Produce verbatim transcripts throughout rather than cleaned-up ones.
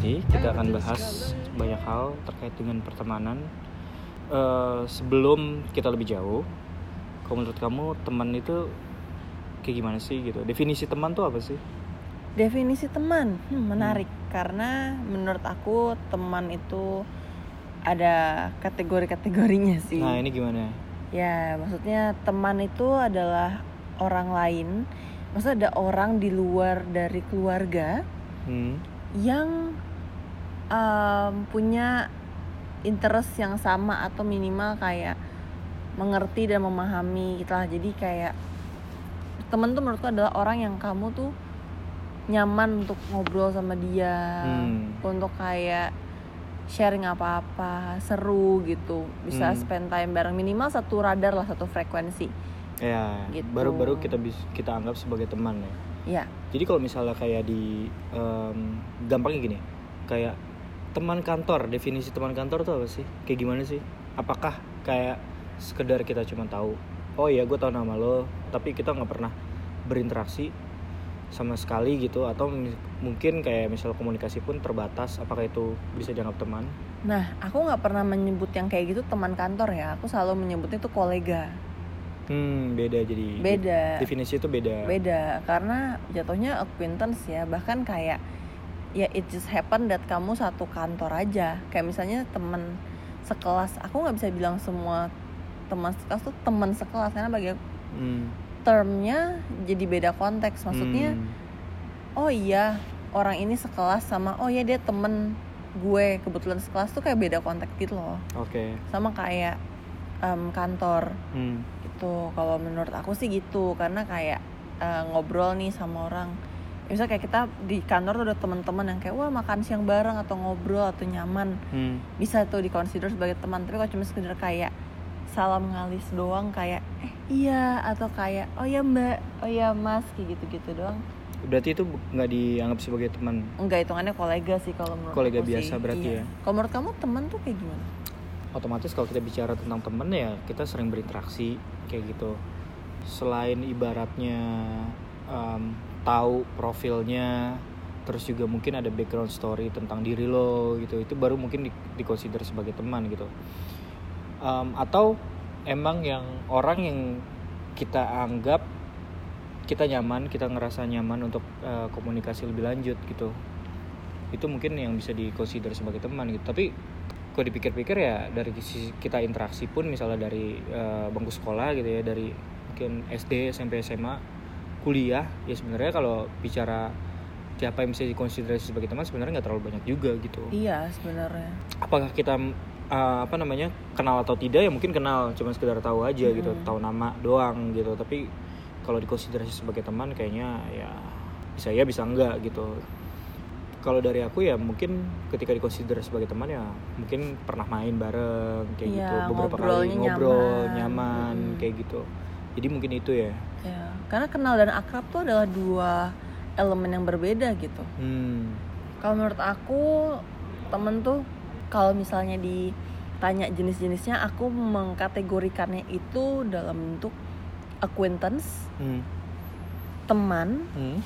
lagi. Kita akan bahas banyak hal terkait dengan pertemanan. uh, Sebelum kita lebih jauh, kalau menurut kamu teman itu kayak gimana sih gitu? Definisi teman tuh apa sih? Definisi teman, hmm, menarik. hmm. Karena menurut aku teman itu ada kategori-kategorinya sih. Nah ini gimana? Ya maksudnya teman itu adalah orang lain. Maksudnya ada orang di luar dari keluarga hmm. yang um, punya interest yang sama atau minimal kayak mengerti dan memahami gitu lah. Jadi kayak teman tuh menurutku adalah orang yang kamu tuh nyaman untuk ngobrol sama dia, hmm. untuk kayak sharing apa-apa, seru gitu, bisa hmm. spend time bareng, minimal satu radar lah, satu frekuensi. Ya, gitu. Baru-baru kita bisa kita anggap sebagai teman ya. Ya. Jadi kalau misalnya kayak di um, gampangnya gini, kayak teman kantor, definisi teman kantor tuh apa sih? Kayak gimana sih? Apakah kayak sekedar kita cuma tahu, oh ya gue tahu nama lo, tapi kita nggak pernah berinteraksi sama sekali gitu, atau m- mungkin kayak misal komunikasi pun terbatas, apakah itu bisa dianggap teman? Nah, aku nggak pernah menyebut yang kayak gitu teman kantor ya, aku selalu menyebutnya itu kolega. Hmm, beda jadi. Beda. Definisi itu beda. Beda, karena jatuhnya acquaintance ya, bahkan kayak ya it just happen that kamu satu kantor aja. Kayak misalnya teman sekelas, aku nggak bisa bilang semua teman sekelas tuh teman sekelas, karena bagi aku hmm. termnya jadi beda konteks. Maksudnya hmm. oh iya orang ini sekelas sama oh iya dia temen gue kebetulan sekelas tuh kayak beda konteks gitu loh. Oke. Okay. Sama kayak um, kantor hmm. gitu. Kalau menurut aku sih gitu, karena kayak uh, ngobrol nih sama orang, misalnya kayak kita di kantor tuh ada teman-teman yang kayak wah makan siang bareng atau ngobrol atau nyaman, hmm. bisa tuh dikonsider sebagai teman. Tapi kalau cuma sekedar kayak salam ngalis doang kayak eh iya atau kayak oh ya mbak, oh ya mas, kayak gitu-gitu doang, berarti itu nggak dianggap sebagai teman? Enggak, hitungannya kolega sih kalau menurut kolega aku biasa sih. Berarti iya. Ya Kalau menurut kamu teman tuh kayak gimana? Otomatis kalau kita bicara tentang teman ya kita sering berinteraksi kayak gitu. Selain ibaratnya um, tahu profilnya, terus juga mungkin ada background story tentang diri lo gitu, itu baru mungkin di, dikonsider sebagai teman gitu. Um, atau emang yang orang yang kita anggap kita nyaman, kita ngerasa nyaman untuk uh, komunikasi lebih lanjut gitu, itu mungkin yang bisa dikonsider sebagai teman gitu. Tapi kalau dipikir-pikir ya dari sisi kita interaksi pun, misalnya dari uh, bangku sekolah gitu ya, dari mungkin S D, S M P, S M A, kuliah, ya sebenarnya kalau bicara siapa yang bisa dikonsiderasi sebagai teman sebenarnya nggak terlalu banyak juga gitu. Iya sebenarnya. Apakah kita uh, apa namanya kenal atau tidak, ya mungkin kenal, cuma sekedar tahu aja hmm. gitu, tahu nama doang gitu. Tapi kalau dikonsiderasi sebagai teman kayaknya ya bisa ya bisa enggak gitu. Kalau dari aku ya mungkin ketika dikonsiderasi sebagai teman ya mungkin pernah main bareng kayak ya, gitu, beberapa kali ngobrol nyaman, nyaman hmm. kayak gitu. Jadi mungkin itu ya. Ya, karena kenal dan akrab tuh adalah dua elemen yang berbeda gitu. Hmm. Kalau menurut aku temen tuh kalau misalnya ditanya jenis-jenisnya, aku mengkategorikannya itu dalam bentuk acquaintance, hmm. teman, hmm.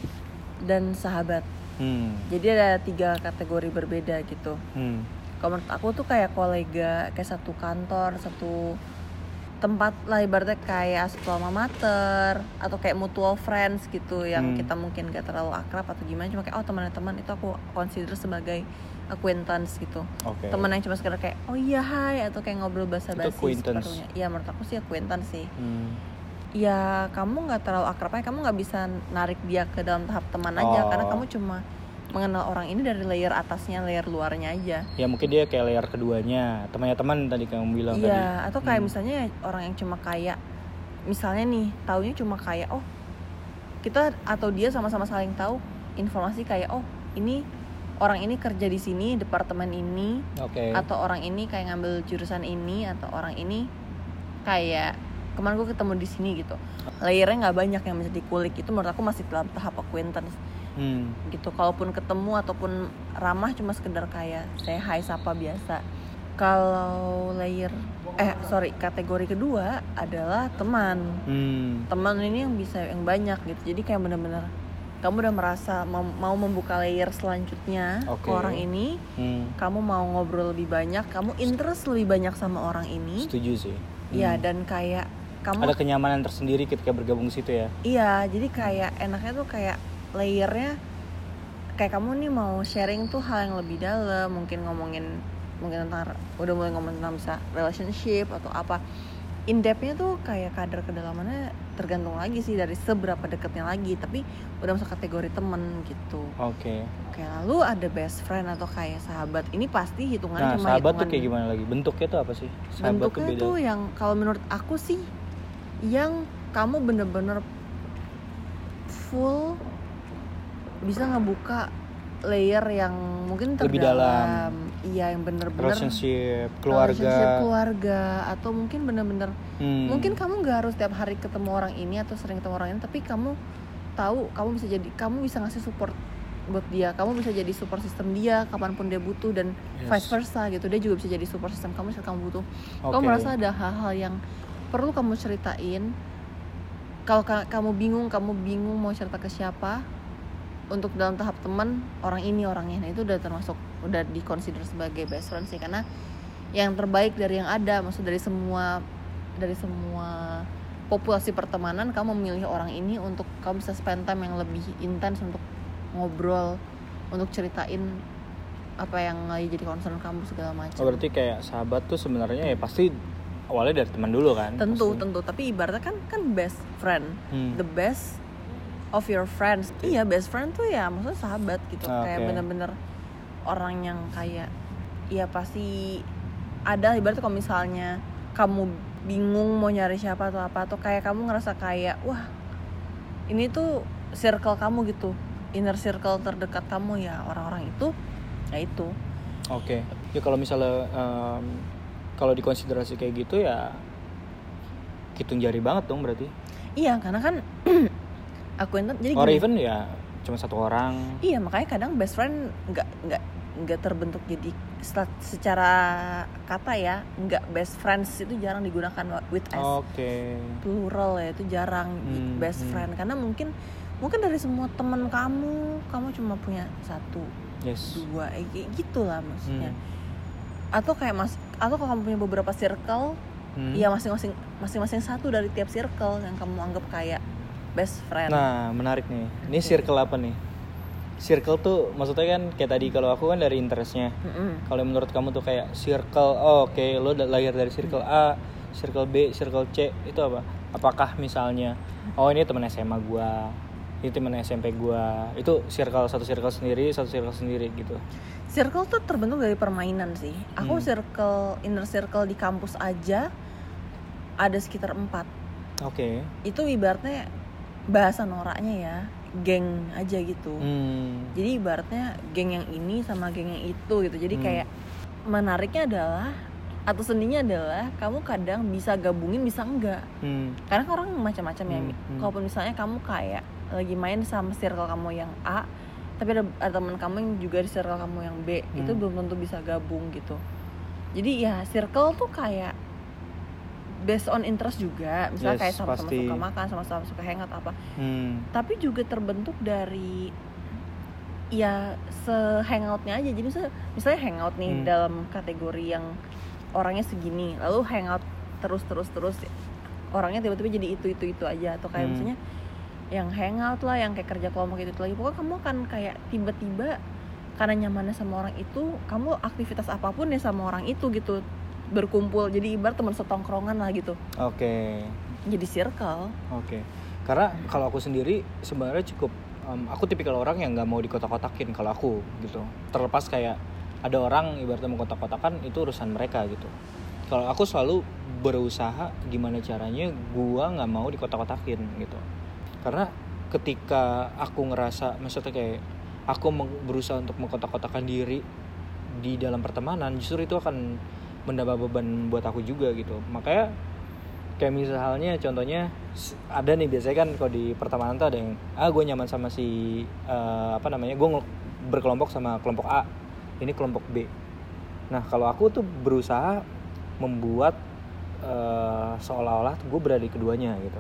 dan sahabat. Hmm. Jadi ada tiga kategori berbeda gitu. Hmm. Kalau menurut aku tuh kayak kolega, kayak satu kantor, satu tempat lah, ibaratnya kayak satu alma mater atau kayak mutual friends gitu, yang hmm. kita mungkin gak terlalu akrab atau gimana, cuma kayak oh teman-teman, itu aku consider sebagai acquaintance gitu. Okay. Teman yang cuma sekedar kayak oh iya hai atau kayak ngobrol basa-basi sepertinya. Iya menurut aku sih acquaintance sih. Hmm. Ya kamu nggak terlalu akrabnya, kamu nggak bisa narik dia ke dalam tahap teman aja, oh. karena kamu cuma mengenal orang ini dari layer atasnya, layer luarnya aja. Ya mungkin dia kayak layer keduanya, temannya teman tadi kamu bilang iya, tadi. Iya, atau kayak hmm. misalnya orang yang cuma kayak misalnya nih, taunya cuma kayak oh kita atau dia sama-sama saling tahu informasi kayak oh ini orang ini kerja di sini, departemen ini, okay. atau orang ini kayak ngambil jurusan ini, atau orang ini kayak kemarin gue ketemu di sini gitu. Layernya nggak banyak yang bisa dikulik, itu menurut aku masih dalam tahap acquaintance. Hmm. Gitu. Kalaupun ketemu ataupun ramah cuma sekedar kayak say hi sapa biasa. Kalau layer eh sorry kategori kedua adalah teman. Hmm. Teman ini yang bisa yang banyak gitu. Jadi kayak benar-benar kamu udah merasa mem- mau membuka layer selanjutnya okay. ke orang ini, hmm. kamu mau ngobrol lebih banyak, kamu interest lebih banyak sama orang ini. Setuju sih. Iya, hmm. dan kayak kamu ada kenyamanan tersendiri ketika bergabung situ ya. Iya, jadi kayak enaknya tuh kayak layernya kayak kamu nih mau sharing tuh hal yang lebih dalam, mungkin ngomongin mungkin tentang udah mulai ngomongin tentang bisa relationship atau apa. In depth-nya tuh kayak kadar kedalamannya tergantung lagi sih dari seberapa dekatnya lagi, tapi udah masuk kategori temen gitu. Oke. Okay. Oke, lalu ada best friend atau kayak sahabat. Ini pasti hitungan nah, cuma sahabat hitungan. tuh kayak gimana lagi? Bentuknya tuh apa sih? Sahabat Bentuknya tuh, beda. tuh yang kalau menurut aku sih yang kamu bener-bener full bisa ngebuka layer yang mungkin terdalam, lebih dalam. Iya, yang bener-bener relationship keluarga, relationship keluarga atau mungkin bener-bener hmm. mungkin kamu nggak harus tiap hari ketemu orang ini atau sering ketemu orang ini, tapi kamu tahu kamu bisa jadi kamu bisa ngasih support buat dia, kamu bisa jadi support system dia kapanpun dia butuh dan yes. vice versa gitu, dia juga bisa jadi support system kamu saat kamu butuh. Okay. Kamu merasa ada hal-hal yang perlu kamu ceritain, kalau ka- kamu bingung kamu bingung mau cerita ke siapa untuk dalam tahap teman, orang ini orangnya, nah itu udah termasuk udah dikonsider sebagai best friend sih, karena yang terbaik dari yang ada, maksud dari semua dari semua populasi pertemanan kamu memilih orang ini untuk kamu bisa spend time yang lebih intens untuk ngobrol, untuk ceritain apa yang lagi jadi concern kamu segala macam. Oh, berarti kayak sahabat tuh sebenarnya ya pasti awalnya dari teman dulu kan? Tentu, pasti. tentu. Tapi ibaratnya kan kan best friend, hmm. the best of your friends. Iya, best friend tuh ya maksudnya sahabat gitu. Okay. Kayak bener-bener orang yang kayak ya pasti ada, ibaratnya kalau misalnya kamu bingung mau nyari siapa atau apa, atau kayak kamu ngerasa kayak wah ini tuh circle kamu gitu, inner circle terdekat kamu ya orang-orang itu, ya itu. Oke. Okay. Ya kalau misalnya um, kalau dikonsiderasi kayak gitu ya hitung jari banget dong berarti. Iya, karena kan aku enten jadi or even ya cuma satu orang. Iya, makanya kadang best friend nggak nggak nggak terbentuk jadi secara kata ya, nggak best friends itu jarang digunakan with as okay. plural ya, itu jarang hmm, best hmm. friend, karena mungkin mungkin dari semua teman kamu kamu cuma punya satu yes. dua eh, gitulah maksudnya. hmm. Atau kayak mas atau kalau kamu punya beberapa circle, hmm. ya masing-masing masing-masing satu dari tiap circle yang kamu anggap kayak best friend. Nah, menarik nih. Ini circle apa nih? Circle tuh maksudnya kan kayak tadi kalau aku kan dari interestnya. Mm-hmm. Kalau menurut kamu tuh kayak circle, oh, oke, okay, lo lahir dari circle A, circle B, circle C, itu apa? Apakah misalnya, oh ini teman S M A gua, ini teman S M P gua, itu circle satu circle sendiri, satu circle sendiri gitu. Circle tuh terbentuk dari permainan sih. Aku hmm. circle, inner circle di kampus aja ada sekitar empat. Oke. Okay. Itu ibaratnya bahasa noraknya ya, geng aja gitu. Hmm. Jadi ibaratnya geng yang ini sama geng yang itu gitu. Jadi hmm. kayak menariknya adalah atau seninya adalah kamu kadang bisa gabungin bisa enggak. Hmm. Karena orang macam-macam ya. Hmm. Hmm. Kalaupun misalnya kamu kayak lagi main sama circle kamu yang A, tapi ada, ada teman kamu yang juga di circle kamu yang B, hmm. itu belum tentu bisa gabung gitu. Jadi ya circle tuh kayak based on interest juga, misalnya yes, kayak sama-sama pasti. Suka makan, sama-sama suka hangout apa. Hmm. Tapi juga terbentuk dari ya se-hangoutnya aja. Jadi misalnya, misalnya hangout nih hmm. dalam kategori yang orangnya segini, lalu hangout terus-terus-terus orangnya tiba-tiba jadi itu-itu-itu aja. Atau kayak hmm. misalnya yang hangout lah, yang kayak kerja kelompok itu lagi. Pokoknya kamu akan kayak tiba-tiba karena nyamannya sama orang itu, kamu aktivitas apapun ya sama orang itu gitu, berkumpul, jadi ibarat teman setongkrongan lah gitu. Oke. Okay. Jadi circle. Oke. Okay. Karena kalau aku sendiri sebenarnya cukup, um, aku tipikal orang yang nggak mau dikotak-kotakin kalau aku gitu. Terlepas kayak ada orang ibaratnya mau kotak-kotakan, itu urusan mereka gitu. Kalau aku selalu berusaha gimana caranya gua nggak mau dikotak-kotakin gitu. Karena ketika aku ngerasa, maksudnya kayak aku berusaha untuk mengkotak-kotakan diri di dalam pertemanan, justru itu akan menambah beban buat aku juga gitu. Makanya kayak misalnya contohnya ada nih, biasanya kan kalau di pertemanan tuh ada yang ah gue nyaman sama si uh, apa namanya gue berkelompok sama kelompok A, ini kelompok B. Nah kalau aku tuh berusaha membuat uh, seolah-olah gue berada di keduanya gitu.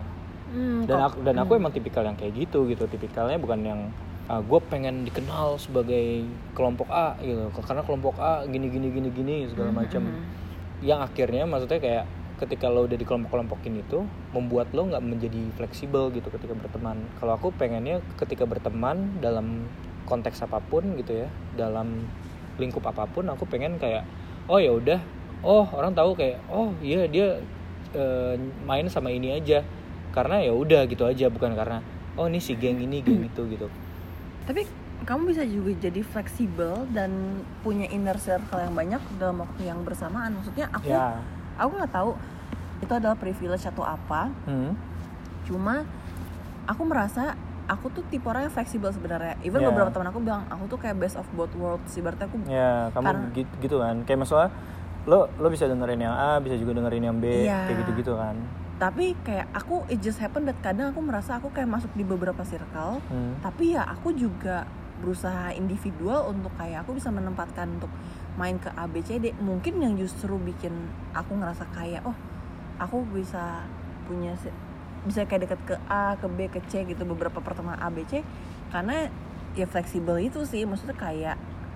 Hmm, dan aku dan aku hmm. emang tipikal yang kayak gitu gitu tipikalnya bukan yang uh, gue pengen dikenal sebagai kelompok A gitu karena kelompok A gini gini gini gini segala macam hmm. yang akhirnya maksudnya kayak ketika lo udah di kelompok-kelompokin itu membuat lo nggak menjadi fleksibel gitu ketika berteman. Kalau aku pengennya ketika berteman dalam konteks apapun gitu ya dalam lingkup apapun aku pengen kayak oh ya udah oh orang tahu kayak oh iya dia uh, main sama ini aja karena ya udah gitu aja bukan karena oh ini si geng ini geng itu gitu. Tapi kamu bisa juga jadi fleksibel dan punya inner circle yang banyak dalam waktu yang bersamaan. Maksudnya aku ya. aku nggak tahu itu adalah privilege atau apa. Hmm. Cuma aku merasa aku tuh tipe orang yang fleksibel sebenarnya. Even yeah. beberapa teman aku bilang aku tuh kayak best of both worlds. Ibaratnya aku. Ya yeah, kamu karena, gitu kan. Kayak masalah lo lo bisa dengerin yang A, bisa juga dengerin yang B, yeah. kayak gitu-gitu kan. Tapi kayak aku it just happen that kadang aku merasa aku kayak masuk di beberapa circle, hmm. tapi ya aku juga berusaha individual untuk kayak aku bisa menempatkan untuk main ke A B C D. Mungkin yang justru bikin aku ngerasa kayak oh aku bisa punya bisa kayak deket ke A, ke B, ke C gitu beberapa pertemuan A B C karena ya fleksibel itu sih. Maksudnya kayak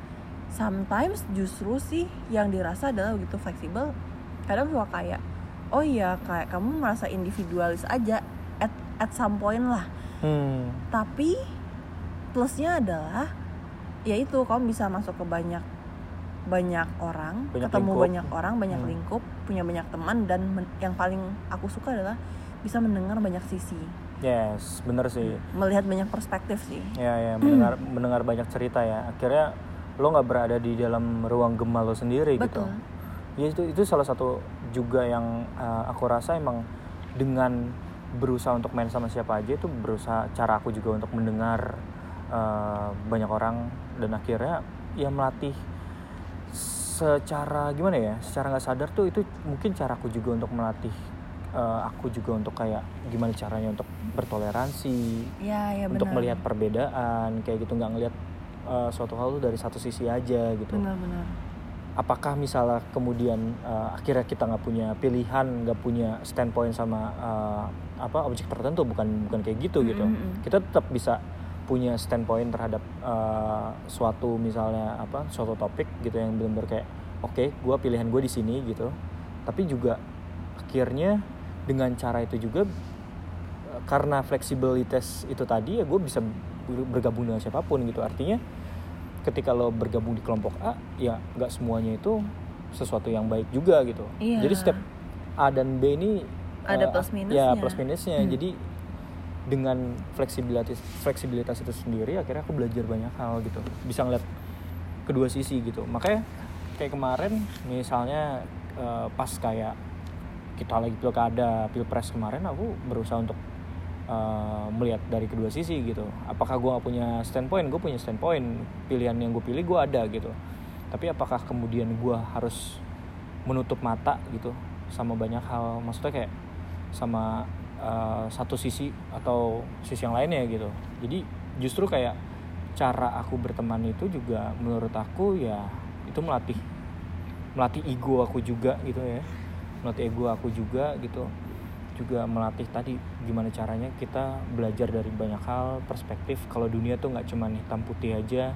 sometimes justru sih yang dirasa adalah begitu fleksibel kadang suka kayak oh iya kayak kamu merasa individualis aja at at some point lah. Hmm. Tapi plusnya adalah yaitu kamu bisa masuk ke banyak banyak orang, banyak ketemu lingkup. banyak orang, banyak hmm. lingkup, punya banyak teman dan men- yang paling aku suka adalah bisa mendengar banyak sisi. Yes, bener sih. Melihat banyak perspektif sih. Ya ya, mendengar hmm. mendengar banyak cerita ya. Akhirnya lo nggak berada di dalam ruang gema lo sendiri. Betul. Gitu. Ya itu itu salah satu juga yang uh, aku rasa emang dengan berusaha untuk main sama siapa aja itu berusaha cara aku juga untuk mendengar uh, banyak orang dan akhirnya ya melatih secara gimana ya secara nggak sadar tuh itu mungkin cara aku juga untuk melatih uh, aku juga untuk kayak gimana caranya untuk bertoleransi ya, ya, untuk benar. melihat perbedaan kayak gitu nggak ngelihat uh, suatu hal tuh dari satu sisi aja gitu. Benar-benar. Apakah misalnya kemudian uh, akhirnya kita nggak punya pilihan, nggak punya standpoint sama uh, apa objek tertentu, bukan bukan kayak gitu gitu. Mm-hmm. Kita tetap bisa punya standpoint terhadap uh, suatu misalnya apa suatu topik gitu yang benar-benar kayak oke, okay, gue pilihan gue di sini gitu. Tapi juga akhirnya dengan cara itu juga uh, karena fleksibilitas itu tadi ya gue bisa bergabung dengan siapapun gitu. Artinya ketika lo bergabung di kelompok A ya nggak semuanya itu sesuatu yang baik juga gitu. Iya. Jadi setiap A dan B ini ada uh, plus minusnya. Ya plus minusnya. Hmm. Jadi dengan fleksibilitas fleksibilitas itu sendiri akhirnya aku belajar banyak hal gitu. Bisa ngeliat kedua sisi gitu. Makanya kayak kemarin misalnya uh, pas kayak kita lagi pilkada pilpres kemarin aku berusaha untuk Uh, melihat dari kedua sisi gitu. Apakah gue gak punya standpoint? Gue punya standpoint. Pilihan yang gue pilih gue ada gitu. Tapi apakah kemudian gue harus menutup mata gitu sama banyak hal? Maksudnya kayak sama uh, satu sisi atau sisi yang lainnya gitu. Jadi justru kayak cara aku berteman itu juga menurut aku ya itu melatih melatih ego aku juga gitu ya. Melatih ego aku juga gitu. Juga melatih tadi gimana caranya kita belajar dari banyak hal perspektif. Kalau dunia tuh nggak cuma hitam putih aja,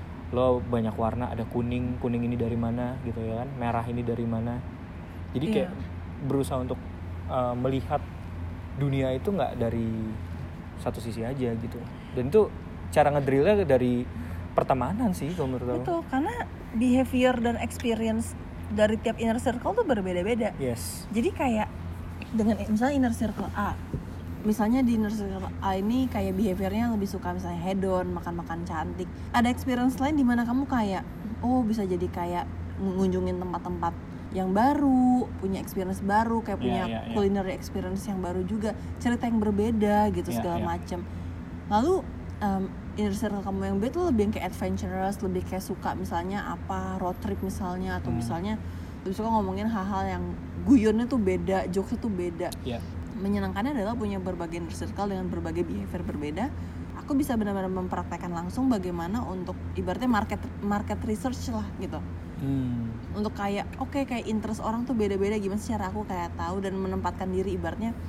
lo banyak warna, ada kuning kuning ini dari mana gitu ya kan, merah ini dari mana. Jadi kayak yeah. berusaha untuk uh, melihat dunia itu nggak dari satu sisi aja gitu. Dan itu cara ngedrillnya dari pertemanan sih kalau menurut aku. Betul, karena behavior dan experience dari tiap inner circle tuh berbeda-beda. Yes. Jadi kayak dengan misalnya inner circle A, misalnya di inner circle A ini kayak behaviornya lebih suka misalnya hedon, makan-makan cantik. Ada experience lain di mana kamu kayak oh bisa jadi kayak ngunjungin tempat-tempat yang baru, punya experience baru, kayak punya yeah, yeah, yeah. culinary experience yang baru juga, cerita yang berbeda gitu yeah, segala yeah. macam. Lalu um, inner circle kamu yang B tuh lebih kayak adventurous, lebih kayak suka misalnya apa road trip misalnya atau hmm. misalnya lebih suka ngomongin hal-hal yang guyonnya tuh beda, jokesnya tuh beda. Yeah. Menyenangkannya adalah punya berbagai inner circle dengan berbagai behavior berbeda. Aku bisa benar-benar mempraktekkan langsung bagaimana untuk ibaratnya market market research lah gitu. Hmm. Untuk kayak oke okay, kayak interest orang tuh beda-beda, gimana sih cara aku kayak tahu dan menempatkan diri ibaratnya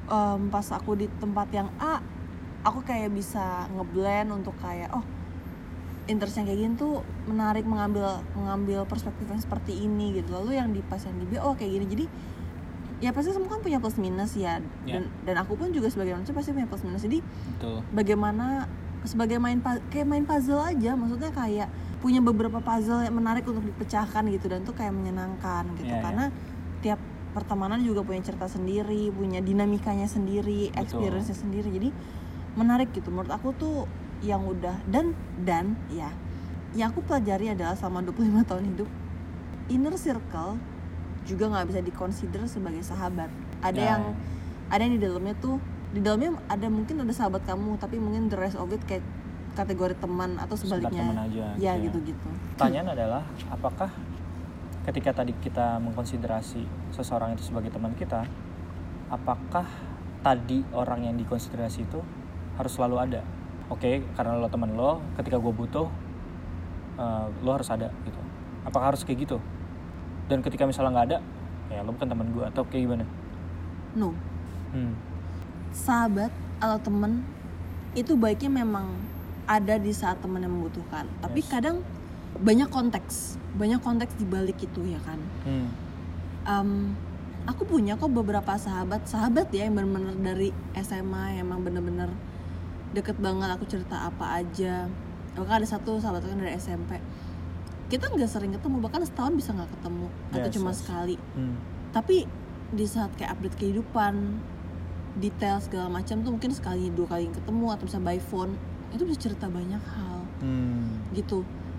um, pas aku di tempat yang A, aku kayak bisa ngeblend untuk kayak oh interest yang kayak gini tuh menarik, mengambil mengambil perspektif yang seperti ini gitu. Lalu yang di pas yang di B oh kayak gini. Jadi ya pasti semua kan punya plus minus ya. Yeah. Dan dan aku pun juga sebagai manusia pasti punya plus minus. Jadi Betul. bagaimana sebagai main kayak main puzzle aja, maksudnya kayak punya beberapa puzzle yang menarik untuk dipecahkan gitu dan tuh kayak menyenangkan gitu. Yeah, karena yeah. tiap pertemanan juga punya cerita sendiri, punya dinamikanya sendiri, experience-nya sendiri. Jadi menarik gitu menurut aku tuh. Yang udah dan dan ya yang aku pelajari adalah selama dua puluh lima tahun hidup, inner circle juga nggak bisa dikonsider sebagai sahabat. Ada ya. yang ada yang di dalamnya tuh di dalamnya ada mungkin ada sahabat kamu, tapi mungkin the rest of it kayak kategori teman atau sebaliknya. Teman aja, ya gitu gitu. Pertanyaan adalah apakah ketika tadi kita mengkonsiderasi seseorang itu sebagai teman kita, apakah tadi orang yang dikonsiderasi itu harus selalu ada? Oke, okay, karena lo teman lo, ketika gue butuh, uh, lo harus ada gitu. Apakah harus kayak gitu? Dan ketika misalnya nggak ada, ya lo bukan teman gue atau kayak gimana? No. Hmm. Sahabat atau teman itu baiknya memang ada di saat teman yang membutuhkan. Tapi yes. kadang banyak konteks, banyak konteks di balik itu ya kan. Hmm. Um, aku punya kok beberapa sahabat, sahabat ya yang benar-benar dari S M A yang emang benar-benar deket banget, aku cerita apa aja. Bahkan ada satu sahabat aku dari S M P, kita nggak sering ketemu, bahkan setahun bisa nggak ketemu yes, atau cuma yes. sekali. hmm. Tapi di saat kayak update kehidupan, detail segala macam tuh mungkin sekali dua kali ketemu atau bisa by phone, itu bisa cerita banyak hal. hmm. Gitu,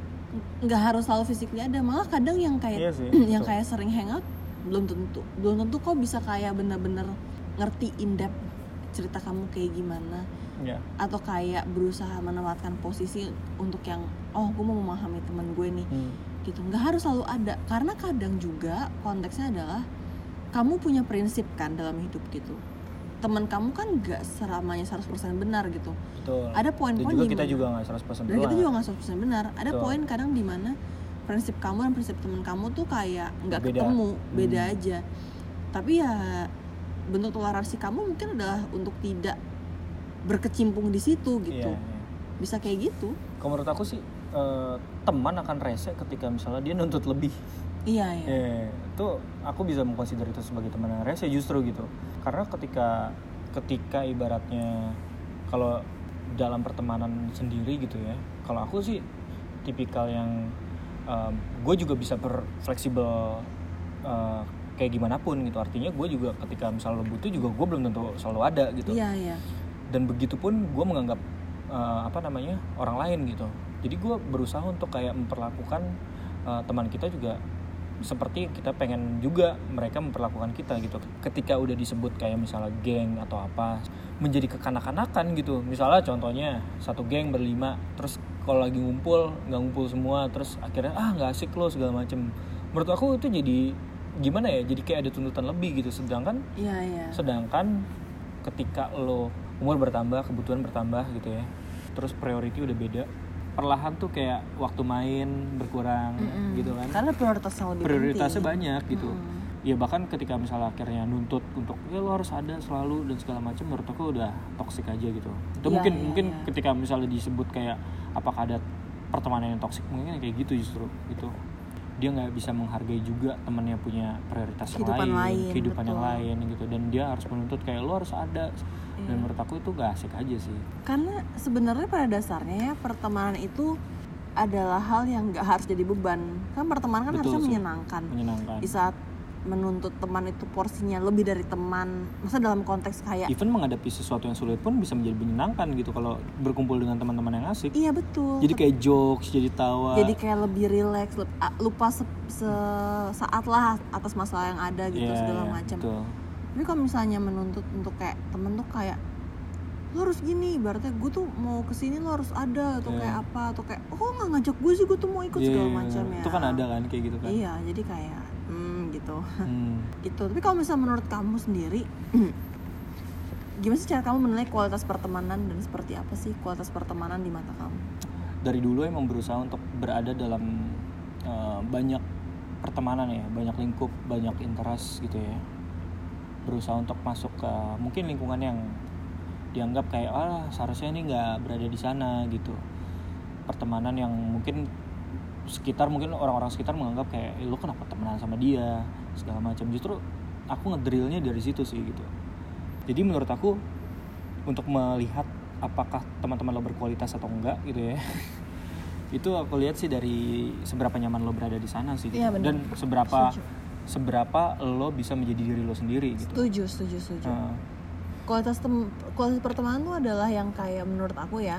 nggak harus selalu physically ada. Malah kadang yang kayak iya sih, yang kayak sering hangout belum tentu belum tentu kok bisa kayak benar-benar ngerti in depth cerita kamu kayak gimana. Yeah. Atau kayak berusaha menempatkan posisi untuk yang oh gue mau memahami teman gue nih. hmm. Gitu, nggak harus selalu ada, karena kadang juga konteksnya adalah kamu punya prinsip kan dalam hidup gitu. Teman kamu kan nggak selamanya seratus persen benar gitu. Betul. Ada poin-poin dan juga kita juga nggak seratus persen benar. Dan kita juga nggak seratus persen benar. Ada Betul. poin kadang di mana prinsip kamu dan prinsip teman kamu tuh kayak nggak ketemu, beda hmm. aja. Tapi ya bentuk toleransi kamu mungkin adalah untuk tidak berkecimpung di situ gitu. Yeah, yeah. Bisa kayak gitu. Kalau menurut aku sih uh, teman akan rese ketika misalnya dia nuntut lebih. Iya, iya. Yeah, itu aku bisa mengkonsider itu sebagai teman yang rese justru gitu. Karena ketika ketika ibaratnya kalau dalam pertemanan sendiri gitu ya. Kalau aku sih tipikal yang um, gue juga bisa berfleksibel uh, kayak gimana pun gitu. Artinya gue juga ketika misalnya lo butuh juga gue belum tentu selalu ada gitu. Iya, iya. Dan begitu pun gue menganggap uh, apa namanya orang lain gitu. Jadi gue berusaha untuk kayak memperlakukan uh, teman kita juga seperti kita pengen juga mereka memperlakukan kita gitu. Ketika udah disebut kayak misalnya geng atau apa, menjadi kekanak-kanakan gitu. Misalnya contohnya satu geng berlima, terus kalau lagi ngumpul nggak ngumpul semua, terus akhirnya ah nggak asik lo segala macem. Menurut aku itu jadi gimana ya? Jadi kayak ada tuntutan lebih gitu. Sedangkan, iya, iya. sedangkan ketika lo umur bertambah, kebutuhan bertambah gitu ya, terus priority udah beda, perlahan tuh kayak waktu main berkurang mm-hmm. gitu kan, karena prioritasnya lebih prioritasnya penting. banyak gitu. mm. Ya bahkan ketika misalnya akhirnya nuntut untuk ya lo harus ada selalu dan segala macam, menurut aku udah toksik aja gitu. Itu ya, mungkin ya, mungkin ya. Ketika misalnya disebut kayak apakah ada pertemanan yang toksik, mungkin kayak gitu justru gitu. Dia nggak bisa menghargai juga temannya punya prioritas kehidupan yang lain, lain kehidupan betul. yang lain gitu, dan dia harus menuntut kayak lo harus ada. Dan iya. menurut aku itu gak asik aja sih. Karena sebenarnya pada dasarnya ya pertemanan itu adalah hal yang gak harus jadi beban. Kan pertemanan kan Betul harusnya sih. menyenangkan. Menyenangkan. Di saat menuntut teman itu porsinya lebih dari teman, masa dalam konteks kayak even menghadapi sesuatu yang sulit pun bisa menjadi menyenangkan gitu kalau berkumpul dengan teman-teman yang asik. Iya betul. Jadi kayak jokes, jadi tawa. Jadi kayak lebih rileks, lupa sesaat lah atas masalah yang ada gitu yeah, segala yeah, macam. Tapi kalau misalnya menuntut untuk kayak temen tuh kayak lo harus gini, berarti gue tuh mau kesini lo harus ada atau yeah. kayak apa atau kayak oh nggak ngajak gue sih, gue tuh mau ikut yeah, segala macam ya. Itu kan ada kan kayak gitu kan. Iya, jadi kayak hmm gitu. Hmm. Itu. Tapi kalau misalnya menurut kamu sendiri, gimana sih cara kamu menilai kualitas pertemanan dan seperti apa sih kualitas pertemanan di mata kamu? Dari dulu emang berusaha untuk berada dalam uh, banyak pertemanan ya, banyak lingkup, banyak interest gitu ya. berusaha untuk masuk ke mungkin lingkungan yang dianggap kayak ah seharusnya ini nggak berada di sana gitu, pertemanan yang mungkin sekitar mungkin orang-orang sekitar menganggap kayak eh, lu kenapa temenan sama dia segala macam. Justru aku ngedrillnya dari situ sih gitu. Jadi menurut aku untuk melihat apakah teman-teman lo berkualitas atau enggak gitu ya itu aku lihat sih dari seberapa nyaman lo berada di sana sih gitu. Iya, Dan seberapa setuju. seberapa lo bisa menjadi diri lo sendiri gitu. Setuju, setuju, setuju. Uh, Kualitas tem kualitas pertemanan tuh adalah yang kayak menurut aku ya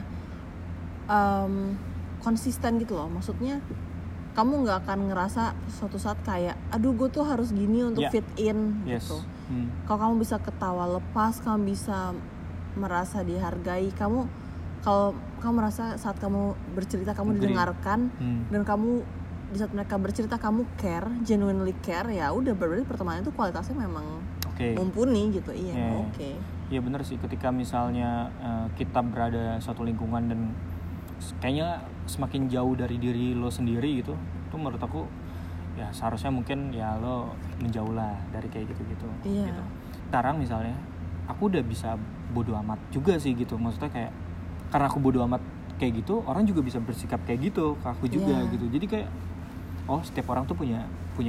um, konsisten gitu loh. Maksudnya kamu nggak akan ngerasa suatu saat kayak aduh gue tuh harus gini untuk yeah. fit in yes. gitu. Hmm. Kalau kamu bisa ketawa lepas, kamu bisa merasa dihargai, kamu kalau kamu merasa saat kamu bercerita kamu Agree. didengarkan Hmm. dan kamu di saat mereka bercerita kamu care, genuinely care, ya udah berarti pertemanan itu kualitasnya memang okay. mumpuni gitu. Iya, yeah. oke. Okay. Iya benar sih, ketika misalnya uh, kita berada suatu lingkungan dan kayaknya semakin jauh dari diri lo sendiri gitu, itu menurut aku ya seharusnya mungkin ya lo menjauh lah dari kayak gitu-gitu. Iya. Gitu. Sekarang misalnya aku udah bisa bodo amat juga sih gitu, maksudnya kayak karena aku bodo amat kayak gitu, orang juga bisa bersikap kayak gitu ke aku juga yeah. gitu. Jadi kayak oh setiap orang tuh punya punya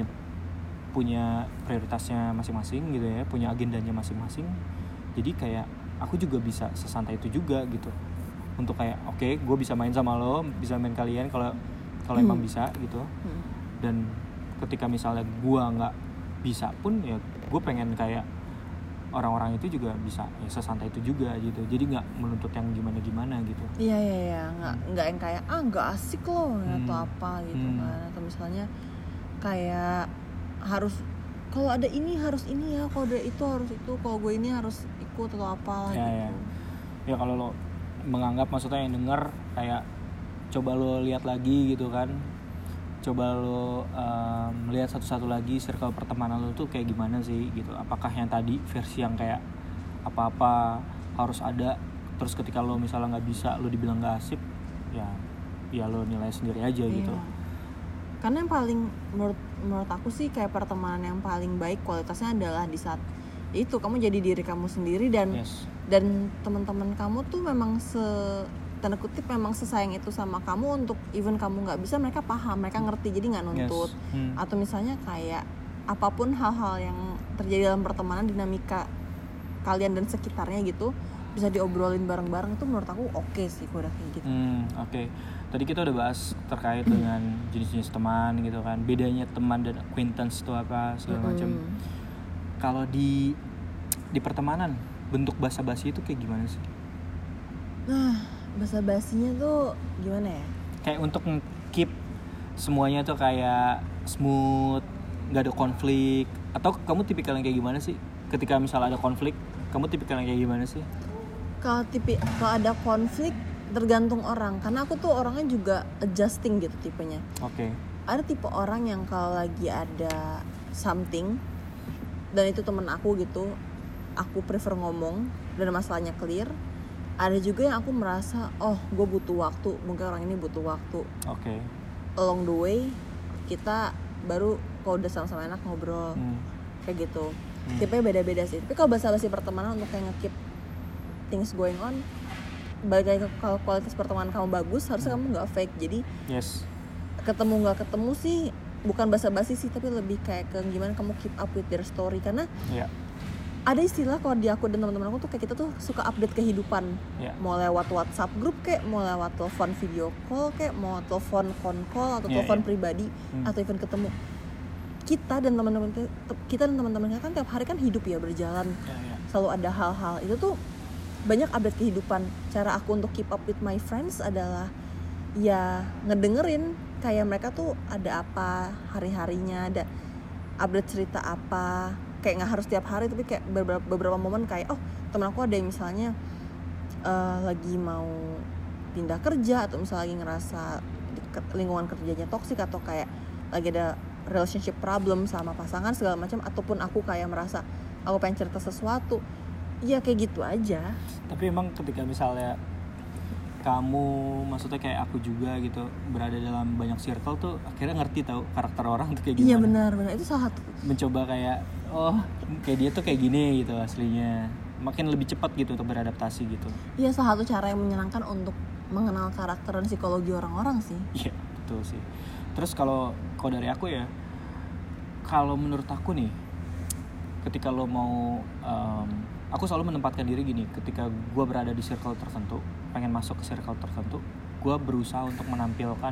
punya prioritasnya masing-masing gitu ya, punya agendanya masing-masing. Jadi kayak aku juga bisa sesantai itu juga gitu, untuk kayak oke okay, gue bisa main sama lo, bisa main kalian kalau kalau hmm. emang bisa gitu. hmm. Dan ketika misalnya gue nggak bisa pun ya gue pengen kayak orang-orang itu juga bisa ya sesantai itu juga gitu. Jadi nggak menuntut yang gimana-gimana gitu. Iya iya iya, nggak hmm. nggak yang kayak ah nggak asik loh hmm. atau apa gitu hmm. kan, atau misalnya kayak harus kalau ada ini harus ini ya, kalau ada itu harus itu, kalau gue ini harus ikut atau apa ya, gitu. Ya, ya kalau lo menganggap maksudnya yang denger kayak coba lo lihat lagi gitu kan, coba lo um, melihat satu-satu lagi circle pertemanan lo tuh kayak gimana sih gitu. Apakah yang tadi versi yang kayak apa-apa harus ada, terus ketika lo misalnya nggak bisa lo dibilang nggak asik, ya ya lo nilai sendiri aja iya. gitu. Karena yang paling menurut menurut aku sih kayak pertemanan yang paling baik kualitasnya adalah di saat itu kamu jadi diri kamu sendiri dan yes. dan teman-teman kamu tuh memang se tanda kutip memang sesayang itu sama kamu, untuk even kamu nggak bisa mereka paham, mereka ngerti, jadi nggak nuntut. yes. hmm. Atau misalnya kayak apapun hal-hal yang terjadi dalam pertemanan, dinamika kalian dan sekitarnya gitu bisa diobrolin bareng-bareng, itu menurut aku oke okay sih kalau udah kayak gitu. Hmm, oke. Okay. Tadi kita udah bahas terkait dengan jenis-jenis teman gitu kan, bedanya teman dan acquaintance itu apa segala macam. Mm. Kalau di di pertemanan bentuk basa-basi itu kayak gimana sih? Nah, basa-basinya tuh gimana ya? Kayak untuk keep semuanya tuh kayak smooth, nggak ada konflik. Atau kamu tipikal yang kayak gimana sih? Ketika misalnya ada konflik, kamu tipikal yang kayak gimana sih? Kalau tipe kalau ada konflik tergantung orang, karena aku tuh orangnya juga adjusting gitu tipenya. Oke. Okay. Ada tipe orang yang kalau lagi ada something dan itu temen aku gitu, aku prefer ngomong dan masalahnya clear. Ada juga yang aku merasa oh gue butuh waktu, mungkin orang ini butuh waktu. Oke. Okay. Along the way kita baru kalau udah sama-sama enak ngobrol hmm. kayak gitu. Hmm. Tipenya beda-beda sih. Tapi kalau basa-basi pertemanan untuk kayak nge-keep things going on, balik lagi kalau kualitas pertemanan kamu bagus, harusnya hmm. kamu nggak fake. Jadi yes. ketemu nggak ketemu sih bukan basa-basi sih, tapi lebih kayak ke gimana kamu keep up with their story. Karena yeah. ada istilah kalau di aku dan teman-teman aku tuh kayak kita tuh suka update kehidupan, yeah. mau lewat WhatsApp grup kayak, mau lewat telepon video call kayak, mau telepon phone call atau yeah, telepon yeah. pribadi hmm. atau even ketemu. Kita dan teman-teman kita dan teman-teman kita kan tiap hari kan hidup ya, berjalan, yeah, yeah. selalu ada hal-hal itu tuh banyak update kehidupan. Cara aku untuk keep up with my friends adalah ya ngedengerin kayak mereka tuh ada apa hari-harinya, ada update cerita apa, kayak nggak harus tiap hari tapi kayak beberapa, beberapa momen kayak oh temen aku ada yang misalnya uh, lagi mau pindah kerja, atau misalnya lagi ngerasa lingkungan kerjanya toksik, atau kayak lagi ada relationship problem sama pasangan segala macam, ataupun aku kayak merasa aku pengen cerita sesuatu, ya kayak gitu aja. Tapi emang ketika misalnya kamu, maksudnya kayak aku juga gitu, berada dalam banyak circle tuh akhirnya ngerti tahu karakter orang tuh kayak gimana. Iya benar benar, itu salah satu. Mencoba kayak oh kayak dia tuh kayak gini gitu aslinya, makin lebih cepat gitu untuk beradaptasi gitu. Iya, salah satu cara yang menyenangkan untuk mengenal karakter dan psikologi orang-orang sih. Iya betul sih. Terus kalau kalau dari aku ya, kalau menurut aku nih, ketika lo mau um, aku selalu menempatkan diri gini, ketika gue berada di circle tertentu, pengen masuk ke circle tertentu, gue berusaha untuk menampilkan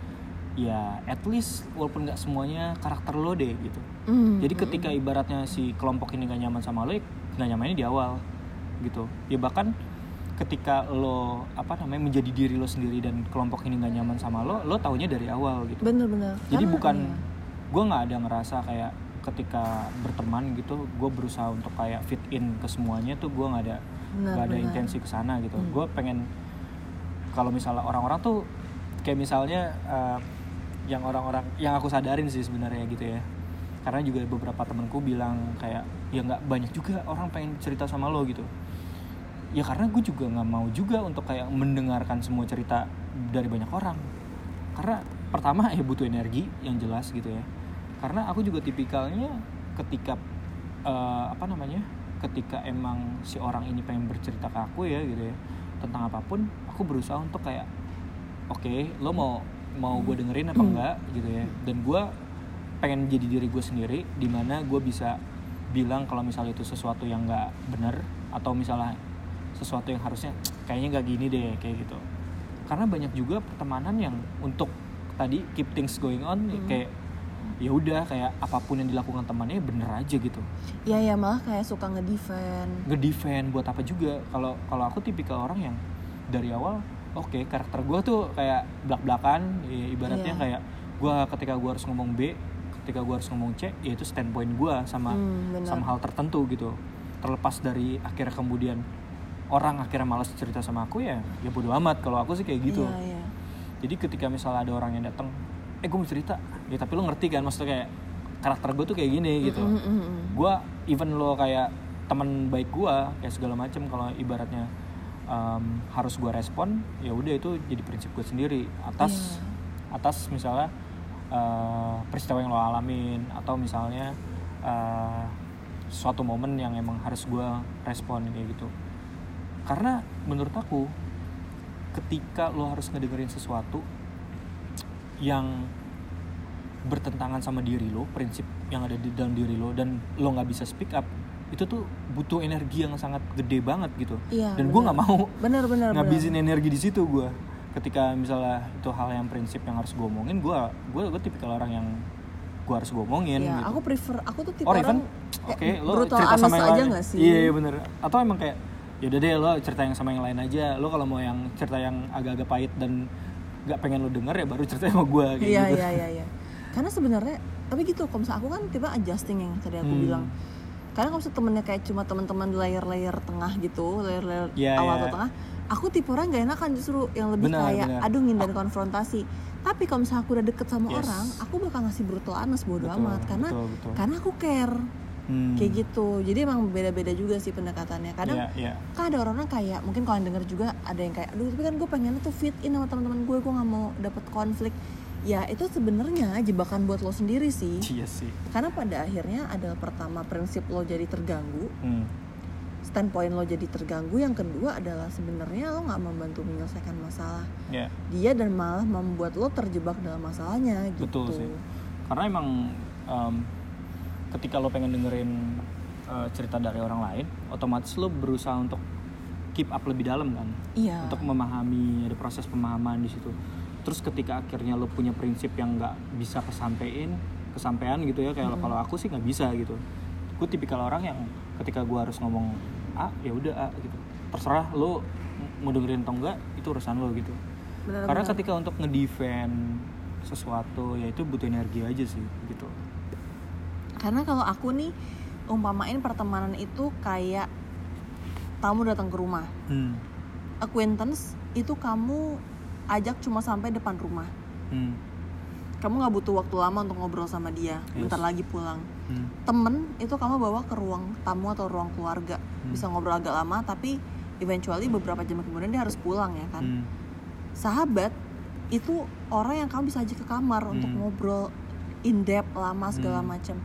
ya at least walaupun nggak semuanya karakter lo deh gitu. Mm, Jadi ketika mm, ibaratnya si kelompok ini gak nyaman sama lo, gak nyamannya di awal gitu. Ya bahkan ketika lo apa namanya menjadi diri lo sendiri dan kelompok ini gak nyaman sama lo, lo taunya dari awal gitu. Bener-bener. Jadi karena bukan ya. Gue nggak ada ngerasa kayak ketika berteman gitu gue berusaha untuk kayak fit in ke semuanya tuh, gue nggak ada nggak ada intensi ke sana gitu. Hmm. Gue pengen kalau misalnya orang-orang tuh kayak misalnya uh, yang orang-orang yang aku sadarin sih sebenarnya gitu ya, karena juga beberapa temanku bilang kayak ya nggak banyak juga orang pengen cerita sama lo gitu. Ya karena gue juga nggak mau juga untuk kayak mendengarkan semua cerita dari banyak orang, karena pertama ya butuh energi yang jelas gitu ya. Karena aku juga tipikalnya ketika uh, apa namanya ketika emang si orang ini pengen bercerita ke aku ya gitu ya tentang apapun, aku berusaha untuk kayak oke okay, lo mau mau gue dengerin apa enggak gitu ya. Dan gue pengen jadi diri gue sendiri, dimana gue bisa bilang kalau misalnya itu sesuatu yang nggak benar atau misalnya sesuatu yang harusnya kayaknya nggak gini deh kayak gitu. Karena banyak juga pertemanan yang untuk tadi keep things going on hmm. kayak ya udah kayak apapun yang dilakukan temannya bener aja gitu. Iya ya, malah kayak suka ngedefend. Ngedefend buat apa juga? Kalau kalau aku tipikal orang yang dari awal oke okay, karakter gue tuh kayak belak-belakan, ya, ibaratnya yeah. kayak gue ketika gue harus ngomong B, ketika gue harus ngomong C, ya itu standpoint gue sama hmm, sama hal tertentu gitu. Terlepas dari akhirnya kemudian orang akhirnya malas cerita sama aku ya, ya bodo amat. Kalau aku sih kayak gitu. Yeah, yeah. Jadi ketika misalnya ada orang yang datang, eh gue mau cerita, ya tapi lo ngerti kan maksudnya kayak karakter gue tuh kayak gini gitu. Mm-hmm. Gue even lo kayak teman baik gue kayak segala macam, kalau ibaratnya um, harus gue respon, ya udah itu jadi prinsip gue sendiri atas yeah. atas misalnya uh, peristiwa yang lo alamin atau misalnya uh, suatu momen yang emang harus gue respon kayak gitu. Karena menurut aku ketika lo harus ngedengerin sesuatu yang bertentangan sama diri lo, prinsip yang ada di dalam diri lo, dan lo nggak bisa speak up, itu tuh butuh energi yang sangat gede banget gitu. Iya, dan gue nggak mau bener-bener ngabisin bener. energi di situ gue. Ketika misalnya itu hal yang prinsip yang harus gue omongin, gue gue gue tipikal orang yang gue harus gue omongin. Iya, gitu. aku prefer, aku tuh tipe Or orang oke okay, lo brutal cerita sama yang aja lain nggak sih? Iya bener. Atau emang kayak yaudah deh lo cerita yang sama yang lain aja. Lo kalau mau yang cerita yang agak-agak pahit dan gak pengen lo denger ya baru cerita sama gue kayak iya, gitu. Iya iya iya. Karena sebenarnya tapi gitu, kalau misalnya aku kan tiba adjusting yang tadi aku hmm. bilang. Karena kalau misalnya temennya kayak cuma teman-teman layer-layer tengah gitu, layer-layer yeah, awal yeah. atau tengah, aku tipe orang gak enakan justru yang lebih bener, kayak bener. aduh ngindar oh. konfrontasi. Tapi kalau misalnya aku udah deket sama yes. orang, aku bakal ngasih brutal honest bodo betul, amat karena betul, betul. karena aku care. Hmm. Kayak gitu. Jadi emang beda-beda juga sih pendekatannya. Kadang yeah, yeah. kan ada orang-orang kayak mungkin kalau yang denger juga ada yang kayak aduh tapi kan gue pengen tuh fit in sama teman-teman gue, gue nggak mau dapet konflik. Ya itu sebenarnya jebakan buat lo sendiri sih. Iya sih. Karena pada akhirnya adalah pertama prinsip lo jadi terganggu, hmm. standpoint lo jadi terganggu. Yang kedua adalah sebenarnya lo nggak membantu menyelesaikan masalah yeah. dia dan malah membuat lo terjebak dalam masalahnya. Gitu. Betul sih. Karena emang um, ketika lo pengen dengerin uh, cerita dari orang lain, otomatis lo berusaha untuk keep up lebih dalam kan, iya. untuk memahami, ada proses pemahaman di situ. Terus ketika akhirnya lo punya prinsip yang nggak bisa kesampein, kesampean gitu ya, kayak mm-hmm. kalau aku sih nggak bisa gitu. Gue tipikal orang yang ketika gue harus ngomong A, ya udah A gitu. Terserah lo mau dengerin atau enggak, itu urusan lo gitu. Benar, Karena benar. ketika untuk ngedefend sesuatu, ya itu butuh energi aja sih gitu. Karena kalau aku nih umpamain pertemanan itu kayak tamu datang ke rumah, hmm. acquaintance itu kamu ajak cuma sampai depan rumah, hmm. kamu nggak butuh waktu lama untuk ngobrol sama dia, yes. bentar lagi pulang. hmm. Temen itu kamu bawa ke ruang tamu atau ruang keluarga, hmm. bisa ngobrol agak lama tapi eventually beberapa jam kemudian dia harus pulang ya kan. hmm. sahabat itu orang yang kamu bisa ajak ke kamar hmm. untuk ngobrol in depth lama segala hmm. macam.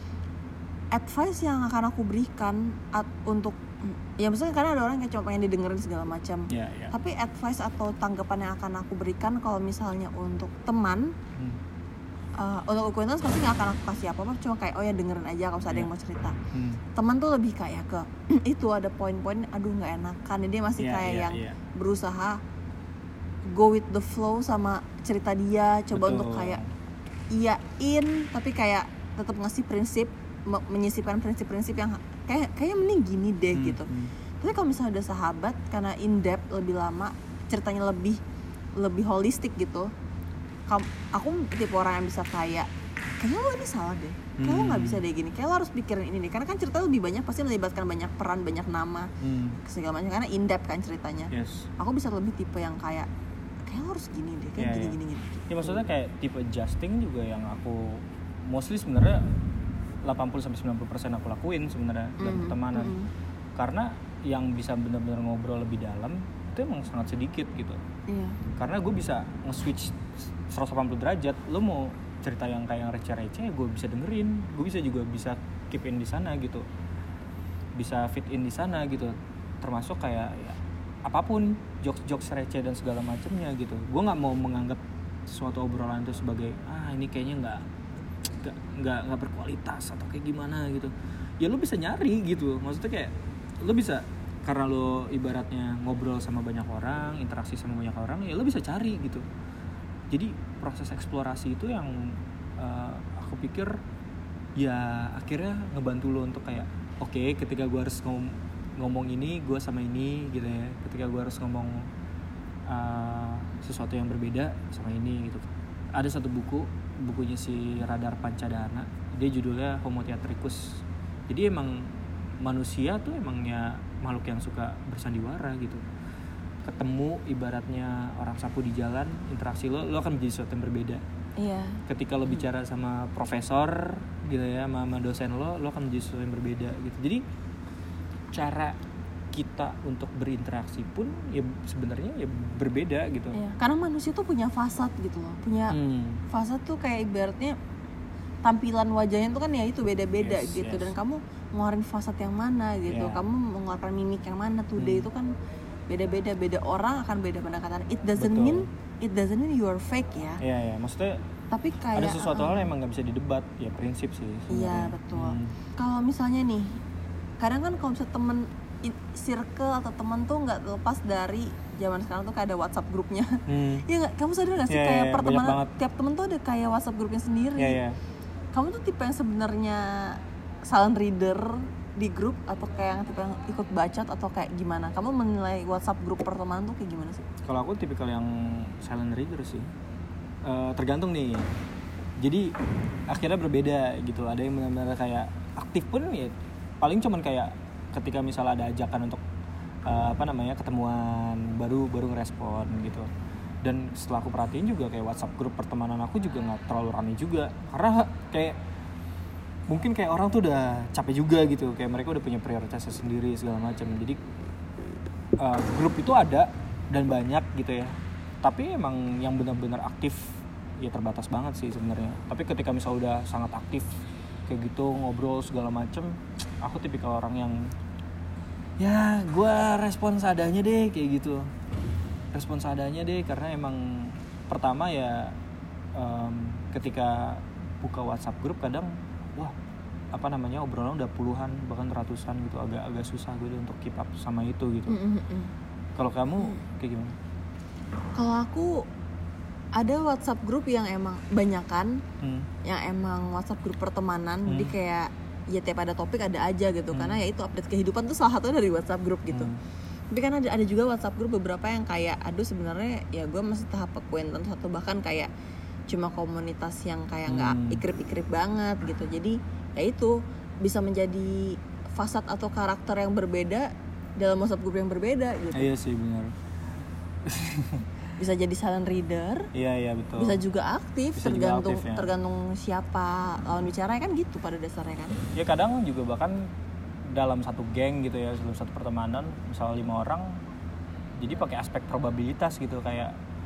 Advice yang akan aku berikan at, untuk ya misalnya karena ada orang yang cuma pengen didengerin segala macam. Yeah, yeah. Tapi advice atau tanggapan yang akan aku berikan kalau misalnya untuk teman, hmm. uh, untuk acquaintance pasti nggak akan aku kasih apa-apa, cuma kayak oh ya dengerin aja kalau yeah. ada yang mau cerita. Hmm. Teman tuh lebih kayak ke itu ada poin-poin, aduh nggak enakan, dia masih yeah, kayak yeah, yang yeah. berusaha go with the flow sama cerita dia, coba Betul. Untuk kayak iyain tapi kayak tetap ngasih prinsip, menyisipkan prinsip-prinsip yang kayak kayak mending gini deh hmm, gitu. Hmm. Tapi kalau misalnya udah sahabat karena in depth lebih lama, ceritanya lebih lebih holistik gitu. Kamu, aku tipe orang yang bisa kayak kayaknya lo ini salah deh. Kayak hmm. lo nggak bisa deh gini. Kayak lo harus pikirin ini deh. Karena kan cerita lebih banyak pasti melibatkan banyak peran, banyak nama, hmm. segala macam karena in depth kan ceritanya. Yes. Aku bisa lebih tipe yang kayak kayak lo harus gini deh, kayak yeah, gini, yeah. gini gini gini. Ya maksudnya kayak tipe adjusting juga yang aku mostly sebenarnya delapan puluh sampai sembilan puluh persen aku lakuin sebenarnya mm, dalam pertemanan. Mm. Karena yang bisa benar-benar ngobrol lebih dalam itu emang sangat sedikit gitu. Iya. Karena gue bisa nge-switch seratus delapan puluh derajat. Lo mau cerita yang kayak yang receh-receh, gue bisa dengerin. Gue bisa juga bisa keep in di sana gitu. Bisa fit in di sana gitu. Termasuk kayak ya, apapun, jokes-jokes receh dan segala macamnya gitu. Gue nggak mau menganggap suatu obrolan itu sebagai ah ini kayaknya nggak nggak nggak nggak berkualitas atau kayak gimana gitu. Ya lo bisa nyari gitu. Maksudnya kayak lo bisa karena lo ibaratnya ngobrol sama banyak orang, interaksi sama banyak orang, ya lo bisa cari gitu. Jadi proses eksplorasi itu yang uh, aku pikir ya akhirnya ngebantu lo untuk kayak oke okay, ketika gue harus ngom- ngomong ini gue sama ini gitu ya, ketika gue harus ngomong uh, sesuatu yang berbeda sama ini gitu. Ada satu buku, bukunya si Radar Pancadana, dia judulnya Homo Theatricus. Jadi emang manusia tuh emangnya makhluk yang suka bersandiwara gitu. Ketemu ibaratnya orang sapu di jalan, interaksi lo, lo akan menjadi sesuatu yang berbeda. Iya. Ketika lo bicara sama profesor gitu ya, sama dosen lo, lo akan menjadi sesuatu yang berbeda gitu. Jadi cara kita untuk berinteraksi pun ya sebenarnya ya berbeda gitu. Iya. Karena manusia tuh punya fasad gitu loh, punya hmm. fasad tuh kayak ibaratnya tampilan wajahnya tuh kan ya itu beda-beda yes, gitu yes. Dan kamu ngeluarin fasad yang mana gitu, yeah. Kamu mengeluarkan mimik yang mana today hmm. itu kan beda-beda, beda orang akan beda pendekatan. It doesn't Betul. mean it doesn't mean you are fake ya. Iya yeah, ya, yeah. Maksudnya. Tapi kayak ada sesuatu uh, hal yang emang nggak bisa didebat, ya prinsip sih. Iya betul. Hmm. Kalau misalnya nih, kadang kan kalau misalnya temen circle atau teman tuh nggak lepas dari zaman sekarang tuh kayak ada WhatsApp grupnya. Hmm. Ya nggak, kamu sadar nggak sih yeah, kayak yeah, pertemanan tiap temen tuh ada kayak WhatsApp grupnya sendiri. Yeah, yeah. Kamu tuh tipe yang sebenarnya silent reader di grup atau kayak yang tipe yang ikut bacot atau kayak gimana? Kamu menilai WhatsApp grup pertemanan tuh kayak gimana sih? Kalau aku tipikal yang silent reader sih. Uh, tergantung nih. Jadi akhirnya berbeda gitu. Ada yang benar-benar kayak aktif pun ya paling cuman kayak ketika misalnya ada ajakan untuk uh, apa namanya ketemuan baru baru ngerespon gitu. Dan setelah aku perhatiin juga kayak WhatsApp grup pertemanan aku juga nggak terlalu ramai juga karena kayak mungkin kayak orang tuh udah capek juga gitu, kayak mereka udah punya prioritasnya sendiri segala macam. Jadi uh, grup itu ada dan banyak gitu ya, tapi emang yang benar-benar aktif ya terbatas banget sih sebenarnya. Tapi ketika misalnya udah sangat aktif kayak gitu ngobrol segala macam, aku tipikal orang yang ya gue respon seadanya deh kayak gitu. Respon seadanya deh karena emang pertama ya um, ketika buka WhatsApp grup kadang wah apa namanya obrolan udah puluhan bahkan ratusan gitu, agak-agak susah gitu untuk keep up sama itu gitu. Mm-hmm. Kalau kamu mm. kayak gimana? Kalau aku ada WhatsApp grup yang emang banyakan, mm. yang emang WhatsApp grup pertemanan, mm. jadi kayak ya tiap ada topik ada aja gitu, mm. karena ya itu update kehidupan tuh salah satunya dari WhatsApp grup gitu. Mm. Tapi kan ada, ada juga WhatsApp grup beberapa yang kayak aduh sebenarnya ya gue masih tahap acquaintance atau bahkan kayak cuma komunitas yang kayak nggak hmm. ikrip-ikrip banget gitu. Jadi ya itu bisa menjadi fasad atau karakter yang berbeda dalam WhatsApp grup yang berbeda gitu. Iya sih benar. Bisa jadi silent reader. Iya iya betul. Bisa juga aktif bisa tergantung juga aktif, ya. Tergantung siapa lawan bicara kan gitu pada dasarnya kan. Ya kadang juga bahkan dalam satu geng gitu ya, dalam satu pertemanan misalnya lima orang, jadi pakai aspek probabilitas gitu kayak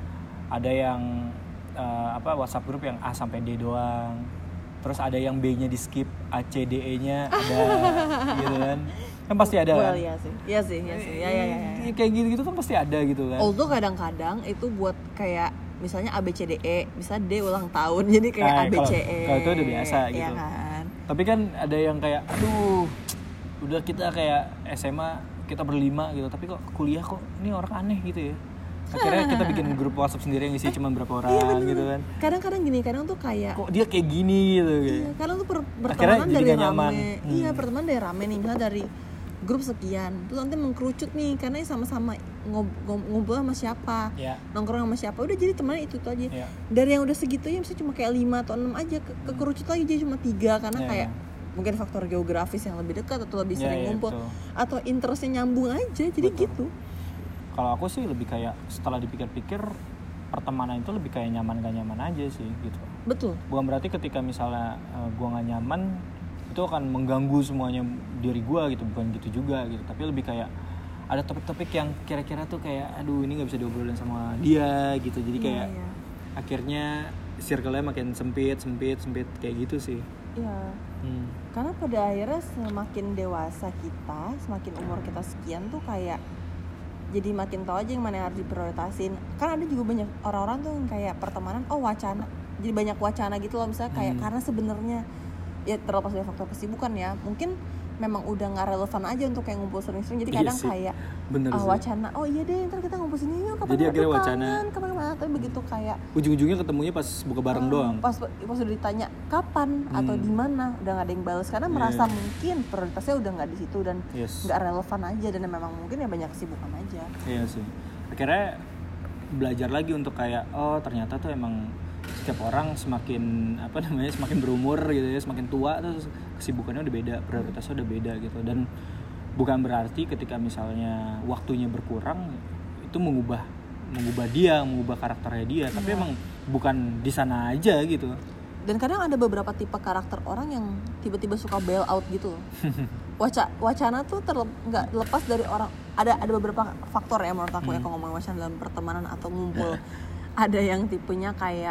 ada yang uh, apa WhatsApp grup yang A sampai D doang, terus ada yang B-nya di skip, A C D E-nya ada gitu kan. Kan pasti ada well, kan? Iya sih, iya sih, iya sih, ya, ya, ya, ya. Kayak gitu-gitu kan pasti ada gitu kan. Although kadang-kadang itu buat kayak misalnya A B C D E, misalnya D ulang tahun, jadi kayak nah, A B C E. Kalau itu udah biasa gitu. Iya kan? Tapi kan ada yang kayak, aduh, udah kita kayak S M A kita berlima gitu, tapi kok kuliah kok ini orang aneh gitu ya. Akhirnya kita bikin grup WhatsApp sendiri yang isi cuma berapa orang iya, gitu kan. Kadang-kadang gini, kadang tuh kayak kok dia kayak gini gitu. Iya, kadang tuh per- pertemanan dari rame. Hmm. Iya, pertemanan dari rame nih, misalnya dari grup sekian, terus nanti mengkerucut nih karena sama-sama ngobrol sama siapa, yeah. nongkrong sama siapa, udah jadi temannya itu tuh aja. Yeah. Dari yang udah segitu ya misalnya cuma kayak lima atau enam aja, ke- kekerucut lagi jadi cuma tiga karena yeah. kayak mungkin faktor geografis yang lebih dekat atau lebih sering yeah, yeah, ngumpul betul. Atau interestnya nyambung aja, jadi betul. Gitu. Kalau aku sih lebih kayak setelah dipikir-pikir pertemanan itu lebih kayak nyaman gak nyaman aja sih gitu. Betul. Bukan berarti ketika misalnya uh, gua gak nyaman itu akan mengganggu semuanya diri gue gitu, bukan gitu juga gitu, tapi lebih kayak ada topik-topik yang kira-kira tuh kayak aduh ini nggak bisa diobrolin sama dia gitu, jadi kayak yeah, yeah. akhirnya circle-nya makin sempit sempit sempit kayak gitu sih. Iya. Yeah. Hmm. Karena pada akhirnya semakin dewasa kita, semakin umur kita sekian tuh kayak jadi makin tahu aja yang mana yang harus diprioritasin. Kan ada juga banyak orang-orang tuh yang kayak pertemanan, oh wacana, jadi banyak wacana gitu loh misalnya kayak hmm. karena sebenarnya ya terlepas dari faktor kesibukan ya, mungkin memang udah nggak relevan aja untuk kayak ngumpul sering-sering, jadi kadang iya kayak ah, wacana oh iya deh ntar kita ngumpul sini yuk kapan jadi akhirnya wacana kapan-kapan, tapi begitu kayak ujung-ujungnya ketemunya pas buka bareng uh, doang, pas pas udah ditanya kapan hmm. atau di mana udah nggak ada yang balas karena yeah. merasa mungkin prioritasnya udah nggak di situ dan nggak yes. relevan aja, dan memang mungkin ya banyak kesibukan aja. Iya sih, akhirnya belajar lagi untuk kayak oh ternyata tuh emang setiap orang semakin apa namanya semakin berumur gitu ya, semakin tua tuh kesibukannya udah beda, prioritasnya udah beda gitu, dan bukan berarti ketika misalnya waktunya berkurang itu mengubah mengubah dia, mengubah karakternya dia, ya. Tapi emang bukan di sana aja gitu. Dan kadang ada beberapa tipe karakter orang yang tiba-tiba suka bail out gitu loh. Waca, wacana tuh nggak terle- lepas dari orang, ada ada beberapa faktor ya menurut aku hmm. ya kalau ngomongin wacana dalam pertemanan atau ngumpul. Ada yang tipenya kayak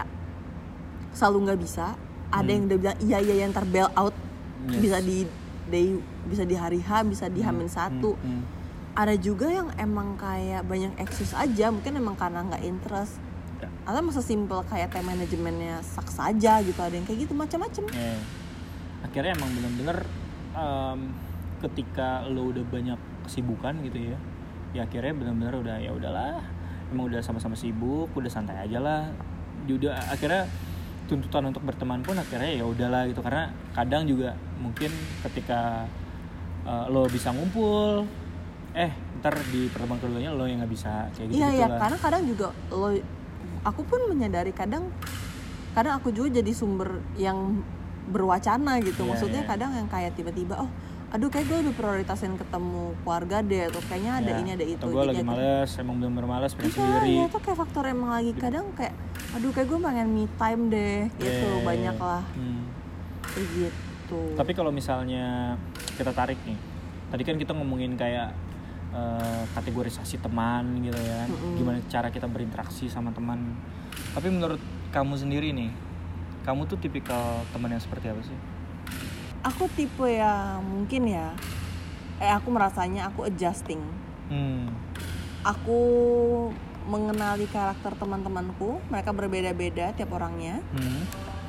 selalu nggak bisa, ada hmm. yang udah bilang iya iya yang ntar bail out, yes. bisa di day, bisa di hari H, bisa di H minus satu. Hmm. Hmm. Ada juga yang emang kayak banyak eksis aja, mungkin emang karena nggak interest. Ya. Atau masa simple kayak time manajemennya saks aja gitu, ada yang kayak gitu macam-macam. Ya. Akhirnya emang benar-benar um, ketika lo udah banyak kesibukan gitu ya, ya akhirnya benar-benar udah ya udahlah, emang udah sama-sama sibuk, udah santai aja lah. Udah akhirnya tuntutan untuk berteman pun akhirnya ya udahlah gitu, karena kadang juga mungkin ketika uh, lo bisa ngumpul, eh ntar di pertemuan keduanya lo yang nggak bisa kayak gitu. Iya iya, karena kadang juga lo, aku pun menyadari kadang, kadang aku juga jadi sumber yang berwacana gitu. Yeah, maksudnya yeah. kadang yang kayak tiba-tiba oh aduh kayak gue udah prioritasin ketemu keluarga deh, atau kayaknya ada ya, ini ada itu. Atau gue lagi males, emang bener-bener males pengen sendiri. Iya, itu kayak faktor emang lagi kadang kayak aduh kayak gue pengen me time deh gitu, yeah, banyak lah hmm. kayak gitu. Tapi kalau misalnya kita tarik nih, tadi kan kita ngomongin kayak uh, kategorisasi teman gitu ya, mm-hmm. gimana cara kita berinteraksi sama teman. Tapi menurut kamu sendiri nih, kamu tuh tipikal teman yang seperti apa sih? Aku tipe yang mungkin ya, eh aku merasanya aku adjusting. Hmm. Aku mengenali karakter teman-temanku, mereka berbeda-beda tiap orangnya. Hmm.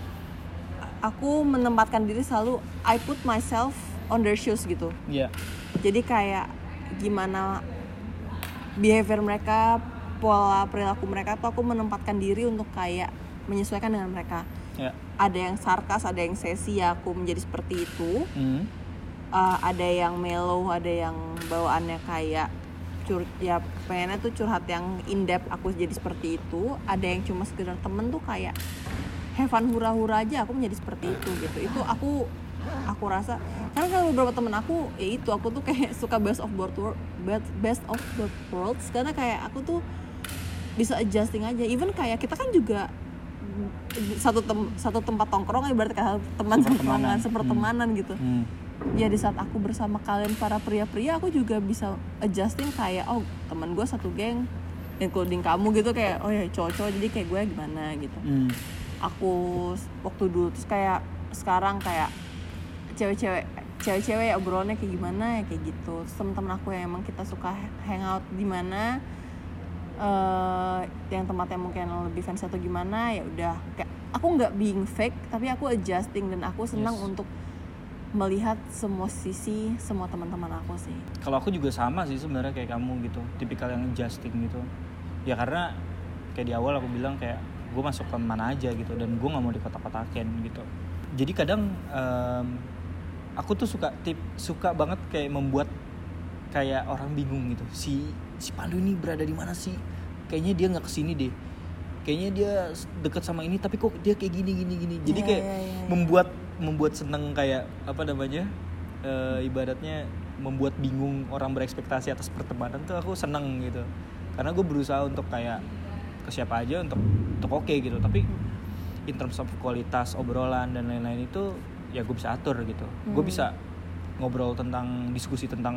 Aku menempatkan diri selalu, I put myself on their shoes gitu. Yeah. Jadi kayak gimana behavior mereka, pola perilaku mereka tuh aku menempatkan diri untuk kayak menyesuaikan dengan mereka. Yeah. Ada yang sarkas, ada yang sesi, ya aku menjadi seperti itu. Mm. Uh, ada yang mellow, ada yang bawaannya kayak cur, ya pengennya tuh curhat yang in depth, aku jadi seperti itu. Ada yang cuma sekedar temen tuh kayak have fun hura-hura aja, aku menjadi seperti itu gitu. Itu aku aku rasa karena kalau beberapa temen aku ya itu aku tuh kayak suka best of both world, best of both worlds, karena kayak aku tuh bisa adjusting aja. Even kayak kita kan juga satu tem- satu tempat tongkrong ibarat kayak teman tongkrongan, sepertemanan hmm. gitu. Hmm. Ya di saat aku bersama kalian para pria-pria, aku juga bisa adjusting kayak oh teman gue satu geng including kamu gitu, kayak oh ya cowok-cowok jadi kayak gue gimana gitu. Hmm. Aku waktu dulu terus kayak sekarang kayak cewek-cewek cewek-cewek ya obrolannya kayak gimana ya kayak gitu. Terus teman-teman aku yang emang kita suka hangout di mana, uh, yang tempatnya mungkin lebih fancy atau gimana, ya udah kayak aku nggak being fake tapi aku adjusting dan aku senang yes. untuk melihat semua sisi semua teman-teman aku sih. Kalau aku juga sama sih sebenarnya kayak kamu gitu, tipikal yang adjusting gitu. Ya karena kayak di awal aku bilang kayak gue masuk ke mana aja gitu dan gue nggak mau dikotak-kotakin gitu. Jadi kadang um, aku tuh suka tip suka banget kayak membuat kayak orang bingung gitu. Si si Pandu ini berada di mana sih? Kayaknya dia nggak kesini deh. Kayaknya dia deket sama ini tapi kok dia kayak gini gini gini. Jadi kayak yeah, yeah, yeah. membuat membuat seneng kayak apa namanya? E, ibaratnya membuat bingung orang berekspektasi atas pertemanan tuh aku seneng gitu. Karena gue berusaha untuk kayak ke siapa aja untuk untuk oke okay, gitu. Tapi in terms of kualitas obrolan dan lain-lain itu ya gue bisa atur gitu. Hmm. Gue bisa ngobrol tentang diskusi tentang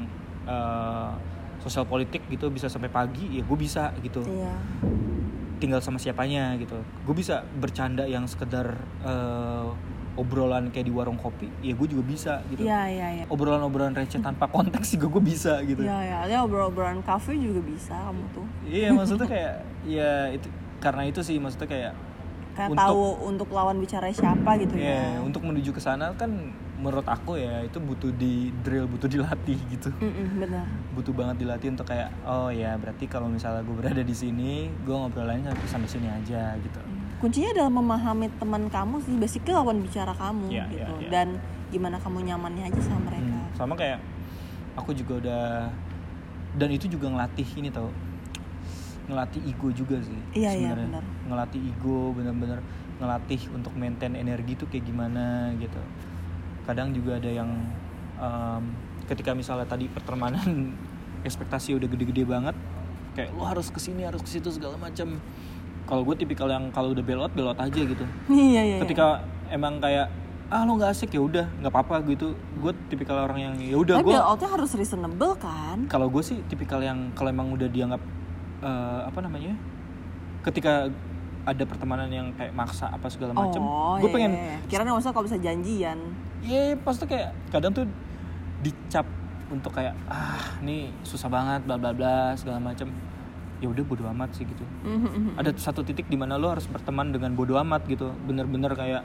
uh, sosial politik gitu bisa sampai pagi ya gue bisa gitu. Iya. Tinggal sama siapanya gitu. Gue bisa bercanda yang sekedar uh, obrolan kayak di warung kopi ya gue juga bisa gitu. Iya iya iya. Obrolan-obrolan receh tanpa konteks juga gue bisa gitu. Iya iya. Ada obrolan-obrolan kafe juga bisa kamu tuh. Iya maksudnya kayak ya itu karena itu sih maksudnya kayak kayak untuk, tahu untuk lawan bicara siapa gitu yeah, ya. Untuk menuju ke sana kan menurut aku ya itu butuh di drill, butuh dilatih gitu. Benar. Butuh banget dilatih untuk kayak oh ya berarti kalau misalnya gue berada di sini, gue ngobrolannya sampai sini aja gitu. Kuncinya adalah memahami teman kamu sih, basically lawan bicara kamu yeah, gitu. Yeah, yeah. Dan gimana kamu nyamannya aja sama mereka. Hmm, sama kayak aku juga udah dan itu juga ngelatih ini tau. Ngelatih ego juga sih iya, sebenarnya. Iya, benar. Ngelatih ego benar-benar ngelatih untuk maintain energi tuh kayak gimana gitu. Kadang juga ada yang um, ketika misalnya tadi pertemanan ekspektasi udah gede-gede banget kayak lo harus kesini harus kesitu segala macam. Kalau gue tipikal yang kalau udah belot belot aja gitu. Iya iya. Ketika iya. emang kayak ah lo nggak asik ya udah nggak apa-apa gitu. Gue tipikal orang yang ya udah gue. Tapi belotnya harus reasonable kan? Kalau gue sih tipikal yang kalau emang udah dianggap uh, apa namanya ketika ada pertemanan yang kayak maksa apa segala macam, oh, gue iya, pengen. Iya. Kirain maksudnya kalau bisa janjian. Iya, yeah, pasti kayak kadang tuh dicap untuk kayak ah nih susah banget bla bla bla segala macam. Ya udah bodo amat sih gitu. Mm-hmm. Ada satu titik di mana lo harus berteman dengan bodo amat gitu. Bener-bener kayak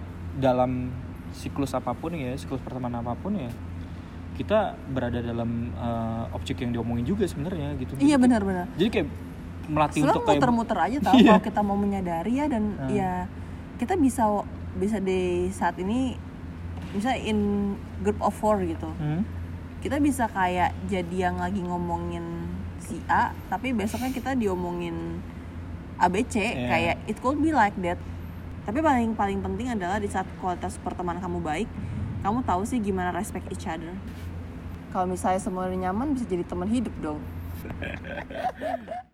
dalam siklus apapun ya, siklus pertemanan apapun ya, kita berada dalam uh, objek yang diomongin juga sebenarnya gitu. Iya benar-benar. Jadi kayak melatih Setelah untuk kayak muter-muter aja tau iya. Kalau kita mau menyadari ya dan hmm. ya kita bisa bisa di saat ini misalnya in group of four gitu. Hmm. Kita bisa kayak jadi yang lagi ngomongin si A tapi besoknya kita diomongin A B C yeah. Kayak it could be like that. Tapi paling paling penting adalah di saat kualitas pertemanan kamu baik, kamu tahu sih gimana respect each other. Kalau misalnya semuanya nyaman bisa jadi teman hidup dong.